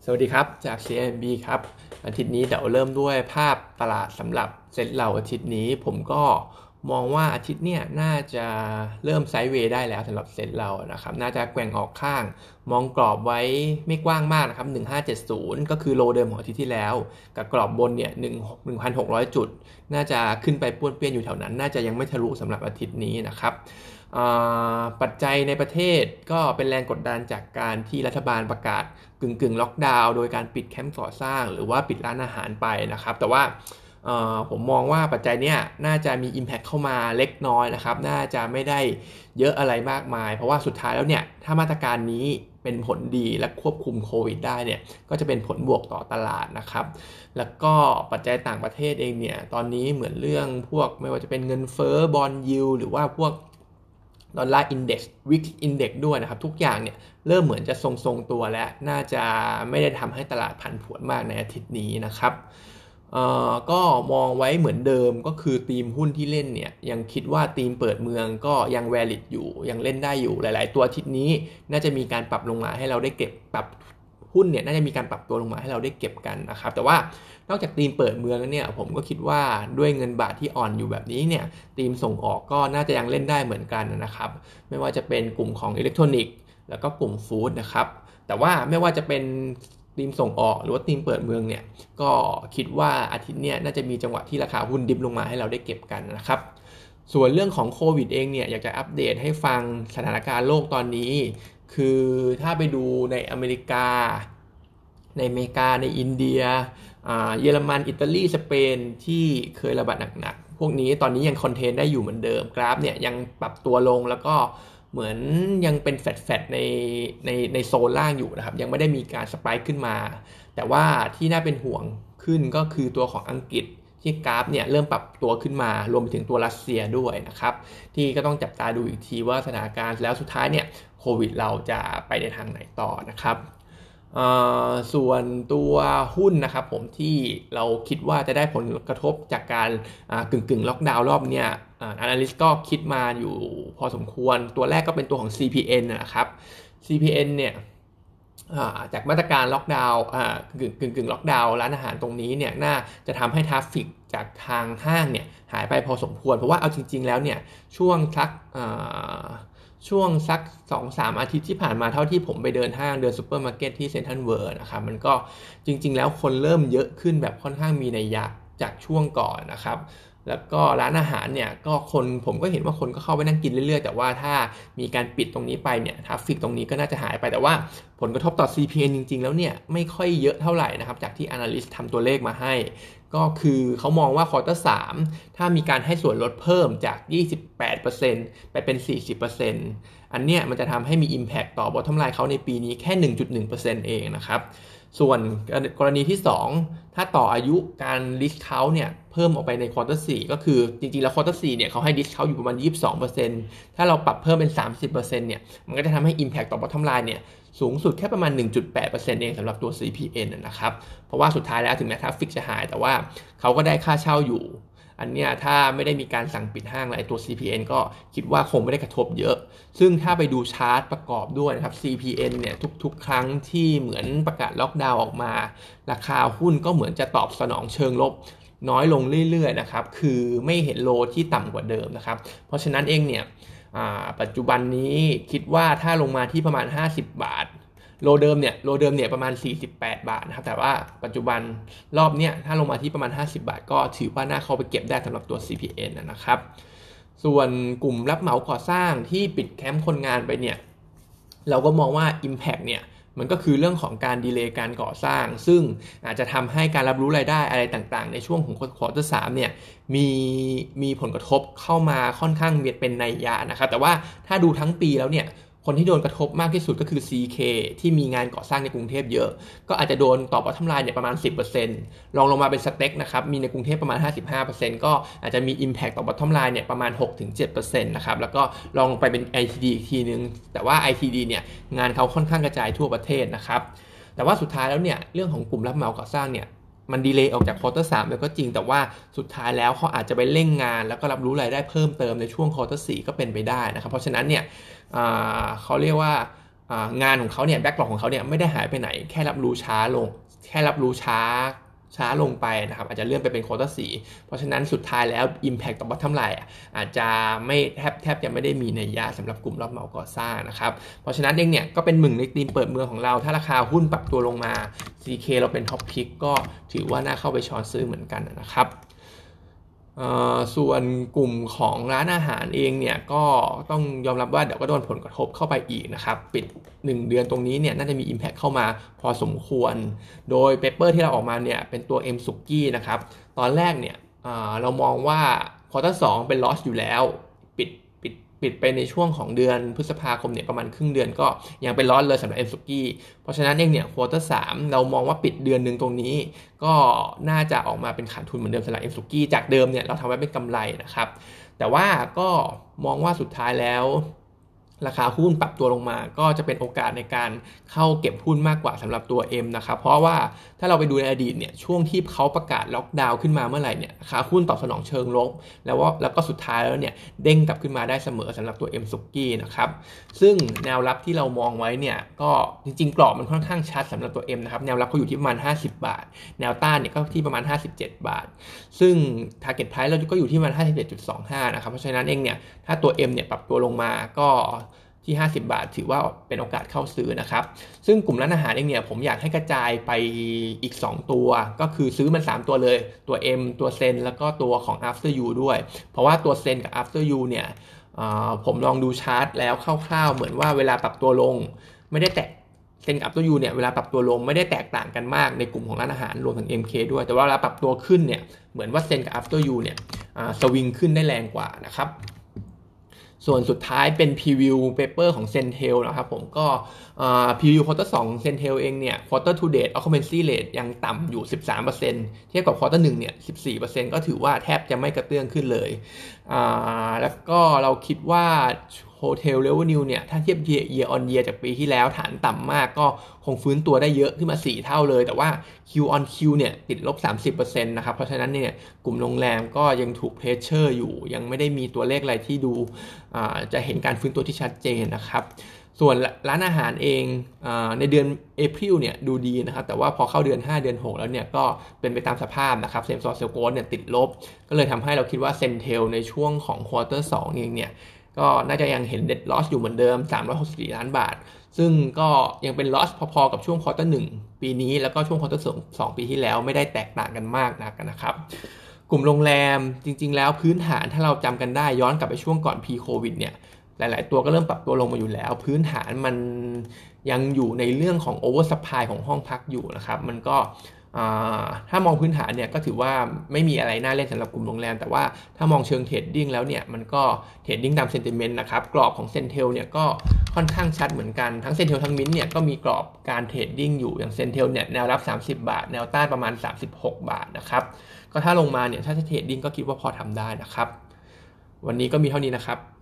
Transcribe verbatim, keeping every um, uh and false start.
สวัสดีครับจาก ซี เอ็ม บี ครับอาทิตย์นี้เดี๋ยวเริ่มด้วยภาพตลาดสำหรับเซ็ตเราอาทิตย์นี้ผมก็มองว่าอาทิตย์เนี้ยน่าจะเริ่มไซด์เวย์ได้แล้วสำหรับเซ็ตเรานะครับน่าจะแกว่งออกข้างมองกรอบไว้ไม่กว้างมากนะครับหนึ่งพันห้าร้อยเจ็ดสิบก็คือโลเดิมของอาทิตย์ที่แล้วกับกรอบบนเนี่ยหนึ่ง หนึ่งพันหกร้อยจุดน่าจะขึ้นไปป้วนเปี้ยนอยู่แถวนั้นน่าจะยังไม่ทะลุสำหรับอาทิตย์นี้นะครับปัจจัยในประเทศก็เป็นแรงกดดันจากการที่รัฐบาลประกาศกึ่งกึ่งล็อกดาวน์โดยการปิดแคมป์ก่อสร้างหรือว่าปิดร้านอาหารไปนะครับแต่ว่าผมมองว่าปัจจัยเนี้ยน่าจะมี impact เข้ามาเล็กน้อยนะครับน่าจะไม่ได้เยอะอะไรมากมายเพราะว่าสุดท้ายแล้วเนี่ยถ้ามาตรการนี้เป็นผลดีและควบคุมโควิดได้เนี่ยก็จะเป็นผลบวกต่อตลาดนะครับแล้วก็ปัจจัยต่างประเทศเองเนี่ยตอนนี้เหมือนเรื่องพวกไม่ว่าจะเป็นเงินเฟ้อบอนด์ยิลด์หรือว่าพวกดอลลาร์อินเด็กซ์วิกอินเด็กซ์ด้วยนะครับทุกอย่างเนี่ยเริ่มเหมือนจะทรงๆตัวและน่าจะไม่ได้ทำให้ตลาดผันผวนมากในอาทิตย์นี้นะครับเอ่อก็มองไว้เหมือนเดิมก็คือธีมหุ้นที่เล่นเนี่ยยังคิดว่าธีมเปิดเมืองก็ยัง valid อยู่ยังเล่นได้อยู่หลายๆตัวอาทิตย์นี้น่าจะมีการปรับลงมาให้เราได้เก็บปรับหุ้นเนี่ยน่าจะมีการปรับตัวลงมาให้เราได้เก็บกันนะครับแต่ว่านอกจากธีมเปิดเมืองแล้วเนี่ยผมก็คิดว่าด้วยเงินบาทที่อ่อนอยู่แบบนี้เนี่ยธีมส่งออกก็น่าจะยังเล่นได้เหมือนกันนะครับไม่ว่าจะเป็นกลุ่มของอิเล็กทรอนิกส์แล้วก็กลุ่มฟู้ดนะครับแต่ว่าไม่ว่าจะเป็นธีมส่งออกหรือว่าธีมเปิดเมืองเนี่ยก็คิดว่าอาทิตย์เนี้ยน่าจะมีจังหวะที่ราคาหุ้นดิฟลงมาให้เราได้เก็บกันนะครับส่วนเรื่องของโควิดเองเนี่ยอยากจะอัปเดตให้ฟังสถานการณ์โลกตอนนี้คือถ้าไปดูในอเมริกาในอเมริกาในอินเดียเยอรมันอิตาลีสเปนที่เคยระบาดหนักๆพวกนี้ตอนนี้ยังคอนเทนได้อยู่เหมือนเดิมกราฟเนี่ยยังปรับตัวลงแล้วก็เหมือนยังเป็นแฟตๆในในในโซนล่างอยู่นะครับยังไม่ได้มีการสไปค์ขึ้นมาแต่ว่าที่น่าเป็นห่วงขึ้นก็คือตัวของอังกฤษที่กราฟเนี่ยเริ่มปรับตัวขึ้นมารวมไปถึงตัวรัสเซียด้วยนะครับที่ก็ต้องจับตาดูอีกทีว่าสถานการณ์แล้วสุดท้ายเนี่ยโควิดเราจะไปในทางไหนต่อนะครับส่วนตัวหุ้นนะครับผมที่เราคิดว่าจะได้ผลกระทบจากการกึ่งกึ่งล็อกดาวน์รอบเนี้ยAnalyst ก็คิดมาอยู่พอสมควรตัวแรกก็เป็นตัวของ ซี พี เอ็น นะครับ ซี พี เอ็น เนี่ยจากมาตรการล็อกดาวน์กึ่งกึ่งกึ่งล็อกดาวน์ร้านอาหารตรงนี้เนี่ยน่าจะทำให้ทราฟฟิกจากทางห้างเนี่ยหายไปพอสมควรเพราะว่าเอาจริงๆแล้วเนี่ยช่วงสักช่วงสัก สองถึงสาม อาทิตย์ที่ผ่านมาเท่าที่ผมไปเดินห้างเดินซุปเปอร์มาร์เก็ตที่เซ็นทรัลเวิลด์นะครับมันก็จริงๆแล้วคนเริ่มเยอะขึ้นแบบค่อนข้างมีนัยยะจากช่วงก่อนนะครับแล้วก็ร้านอาหารเนี่ยก็คนผมก็เห็นว่าคนก็เข้าไปนั่งกินเรื่อยๆแต่ว่าถ้ามีการปิดตรงนี้ไปเนี่ยทราฟฟิกตรงนี้ก็น่าจะหายไปแต่ว่าผลกระทบต่อ ซี พี เอ็น จริงๆแล้วเนี่ยไม่ค่อยเยอะเท่าไหร่นะครับจากที่ Analyst ทำตัวเลขมาให้ก็คือเขามองว่าควอเตอร์สามถ้ามีการให้ส่วนลดเพิ่มจาก ยี่สิบแปดเปอร์เซ็นต์ ไปเป็น สี่สิบเปอร์เซ็นต์ อันเนี้ยมันจะทำให้มี impact ต่อ bottom line เขาในปีนี้แค่ หนึ่งจุดหนึ่งเปอร์เซ็นต์ เองนะครับส่วนกรณีที่สองถ้าต่ออายุการ discount เนี่ยเพิ่มออกไปในควอเตอร์สี่ก็คือจริงๆแล้วควอเตอร์สี่เนี่ยเขาให้ discount อยู่ประมาณ ยี่สิบสองเปอร์เซ็นต์ ถ้าเราปรับเพิ่มเป็น สามสิบเปอร์เซ็นต์ เนี่ยมันก็จะทำให้ impact ต่อ bottom line เนี่ยสูงสุดแค่ประมาณ หนึ่งจุดแปดเปอร์เซ็นต์ เองสำหรับตัว ซี พี เอ็น นะครับเพราะว่าสุดท้ายแล้วถึงแม้ทราฟฟิกจะหายแต่ว่าเขาก็ได้ค่าเช่าอยู่อันเนี้ยถ้าไม่ได้มีการสั่งปิดห้างอะไรตัว ซี พี เอ็น ก็คิดว่าคงไม่ได้กระทบเยอะซึ่งถ้าไปดูชาร์ตประกอบด้วยนะครับ ซี พี เอ็น เนี่ยทุกๆครั้งที่เหมือนประกาศล็อกดาวน์ออกมาราคาหุ้นก็เหมือนจะตอบสนองเชิงลบน้อยลงเรื่อยๆนะครับคือไม่เห็นโลที่ต่ำกว่าเดิมนะครับเพราะฉะนั้นเองเนี่ยปัจจุบันนี้คิดว่าถ้าลงมาที่ประมาณห้าสิบบาทโลเดิมเนี่ยโลเดิมเนี่ยประมาณสี่สิบแปดบาทนะครับแต่ว่าปัจจุบันรอบเนี้ยถ้าลงมาที่ประมาณห้าสิบบาทก็ถือว่าน่าเข้าไปเก็บได้สำหรับตัว ซี พี เอ็น นะครับส่วนกลุ่มรับเหมาก่อสร้างที่ปิดแคมป์คนงานไปเนี่ยเราก็มองว่า Impact เนี่ยมันก็คือเรื่องของการดีเลย์การก่อสร้างซึ่งอาจจะทำให้การรับรู้รายได้อะไรต่างๆในช่วงของควอเตอร์สามเนี่ยมีมีผลกระทบเข้ามาค่อนข้างเป็นนัยยะนะครับแต่ว่าถ้าดูทั้งปีแล้วเนี่ยคนที่โดนกระทบมากที่สุดก็คือ ซี เค ที่มีงานก่อสร้างในกรุงเทพเยอะก็อาจจะโดนต่อบอททอมไลน์เนี่ยประมาณ สิบเปอร์เซ็นต์ ลองลงมาเป็นสเต็กนะครับมีในกรุงเทพประมาณ ห้าสิบห้าเปอร์เซ็นต์ ก็อาจจะมี impact ต่อบอททอมไลน์เนี่ยประมาณ หกถึงเจ็ดเปอร์เซ็นต์ นะครับแล้วก็ลองลงไปเป็น ไอ ที ดี อีกทีนึงแต่ว่า ไอ ที ดี เนี่ยงานเขาค่อนข้างกระจายทั่วประเทศนะครับแต่ว่าสุดท้ายแล้วเนี่ยเรื่องของกลุ่มรับเหมาก่อสร้างเนี่ยมันดีเลย์ออกจากควอเตอร์สามแล้วก็จริงแต่ว่าสุดท้ายแล้วเขาอาจจะไปเร่งงานแล้วก็รับรู้รายได้เพิ่มเติมในช่วงควอเตอร์สี่ก็เป็นไปได้นะครับเพราะฉะนั้นเนี่ยเขาเรียกว่างานของเขาเนี่ยแบ็กหลอกของเขาเนี่ยไม่ได้หายไปไหนแค่รับรู้ช้าลงแค่รับรู้ช้าช้าลงไปนะครับอาจจะเลื่อนไปเป็นควอเตอร์สี่เพราะฉะนั้นสุดท้ายแล้ว Impact ต่อ Bottom Line อาจจะไม่แทบแทบจะไม่ได้มีนัยยะสำหรับกลุ่มรับเหมาก่อสร้างนะครับเพราะฉะนั้นเองเนี่ยก็เป็นหนึ่งในธีมเปิดเมืองของเราถ้าราคาหุ้นปรับตัวลงมา ซี เค เราเป็นท็อปพิกก็ถือว่าน่าเข้าไปช้อนซื้อเหมือนกันนะครับส่วนกลุ่มของร้านอาหารเองเนี่ยก็ต้องยอมรับว่าเดี๋ยวก็โดนผลกระทบเข้าไปอีกนะครับปิดหนึ่งเดือนตรงนี้เนี่ยน่าจะมี Impact เข้ามาพอสมควรโดยเปเปอร์ที่เราออกมาเนี่ยเป็นตัว M สุกี้นะครับตอนแรกเนี่ยเรามองว่าควอเตอร์สองเป็น loss อยู่แล้วปิดปิดปิดไปในช่วงของเดือนพฤษภาคมเนี่ยประมาณครึ่งเดือนก็ยังเป็น loss เลยสำหรับ M สุกี้เพราะฉะนั้นเองเนี่ยควอเตอร์สามเรามองว่าปิดเดือนนึงตรงนี้ก็น่าจะออกมาเป็นขาดทุนเหมือนเดิมสำหรับ M สุกี้จากเดิมเนี่ยเราทำไว้เป็นกำไรนะครับแต่ว่าก็มองว่าสุดท้ายแล้วราคาหุ้นปรับตัวลงมาก็จะเป็นโอกาสในการเข้าเก็บหุ้นมากกว่าสำหรับตัว M นะครับเพราะว่าถ้าเราไปดูในอดีตเนี่ยช่วงที่เขาประกาศล็อกดาวน์ขึ้นมาเมื่อไหร่เนี่ยราคาหุ้นตอบสนองเชิงลบแล้วว่าแล้วก็สุดท้ายแล้วเนี่ยเด้งกลับขึ้นมาได้เสมอสำหรับตัว M สุกี้นะครับซึ่งแนวรับที่เรามองไว้เนี่ยก็จริงๆกรอบมันค่อนข้างชัดสำหรับตัว M นะครับแนวรับเขาอยู่ที่ประมาณห้าสิบบาทแนวต้านเนี่ยก็ที่ประมาณห้าสิบเจ็ดบาทซึ่ง target price เราก็อยู่ที่ประมาณ ห้าสิบเจ็ดจุดสองห้า นะครับเพราะฉะนั้นเองเนี่ยถ้าตัว M เนี่ยปรับตัวลงมาก็ที่ห้าสิบบาทถือว่าเป็นโอกาสเข้าซื้อนะครับซึ่งกลุ่มร้านอาหารเองเนี่ยผมอยากให้กระจายไปอีกสองตัวก็คือซื้อมันสามตัวเลยตัว M ตัวเซนแล้วก็ตัวของ After You ด้วยเพราะว่าตัวเซนกับ After You เนี่ยผมลองดูชาร์ตแล้วคร่าวๆเหมือนว่าเวลาปรับตัวลงไม่ได้แตกเซนกับ After You เนี่ยเวลาปรับตัวลงไม่ได้แตกต่างกันมากในกลุ่มของร้านอาหารรวมถึง เอ็ม เค ด้วยแต่ว่าเวลาปรับตัวขึ้นเนี่ยเหมือนว่าเซนกับ After You เนี่ยสวิงขึ้นได้แรงกว่านะครับส่วนสุดท้ายเป็นพรีวิวเปเปอร์ของ Centel นะครับผมก็พรีวิวควอเตอร์สอง Centel เองเนี่ย quarter to date occupancy rate ยังต่ำอยู่ สิบสามเปอร์เซ็นต์ เทียบกับควอเตอร์หนึ่งเนี่ย สิบสี่เปอร์เซ็นต์ ก็ถือว่าแทบจะไม่กระเตื้องขึ้นเลยแล้วก็เราคิดว่า Hotel Revenue เนี่ยถ้าเทียบ year on year จากปีที่แล้วฐานต่ำมากก็คงฟื้นตัวได้เยอะขึ้นมาสี่เท่าเลยแต่ว่า Q on Q เนี่ยติดลบ สามสิบเปอร์เซ็นต์ นะครับเพราะฉะนั้นเนี่ยกลุ่มโรงแรมก็ยังถูกเพรสเชอร์อยู่ยังไม่ได้มีตัวเลขอะไรที่ดูจะเห็นการฟื้นตัวที่ชัดเจนนะครับส่วนร้านอาหารเองในเดือน April เนี่ยดูดีนะครับแต่ว่าพอเข้าเดือนห้าเดือนหกแล้วเนี่ยก็เป็นไปตามสภาพนะครับเซมซอร์เซลโกสเนี่ยติดลบก็เลยทำให้เราคิดว่า Centel ในช่วงของควอเตอร์สองเองเนี่ยก็น่าจะยังเห็น Net Loss อยู่เหมือนเดิมสามร้อยหกสิบสี่ล้านบาทซึ่งก็ยังเป็น loss พอๆกับช่วงควอเตอร์หนึ่งปีนี้แล้วก็ช่วงควอเตอร์สองปีที่แล้วไม่ได้แตกต่างกันมากนักนะครับกลุ่มโรงแรมจริงๆแล้วพื้นฐานถ้าเราจำกันได้ย้อนกลับไปช่วงก่อน pre covid เนี่ยหลายๆตัวก็เริ่มปรับตัวลงมาอยู่แล้วพื้นฐานมันยังอยู่ในเรื่องของ over supply ของห้องพักอยู่นะครับมันก็ถ้ามองพื้นฐานเนี่ยก็ถือว่าไม่มีอะไรน่าเล่นสำหรับกลุ่มโรงแรมแต่ว่าถ้ามองเชิงเทรดดิ้งแล้วเนี่ยมันก็เทรดดิ้งตามเซนติเมนต์นะครับกรอบของ Centel เนี่ยก็ค่อนข้างชัดเหมือนกันทั้ง Centel ทั้ง Mint เนี่ยก็มีกรอบการเทรดดิ้งอยู่อย่าง Centel เนี่ยแนวรับสามสิบบาทแนวต้านประมาณสามสิบหกบาทนะครับก็ถ้าลงมาเนี่ยถ้าจะเทรดดิ้งก็คิดว่าพอทำได้นะครับวันนี้ก็มีเท่านี้นะครับ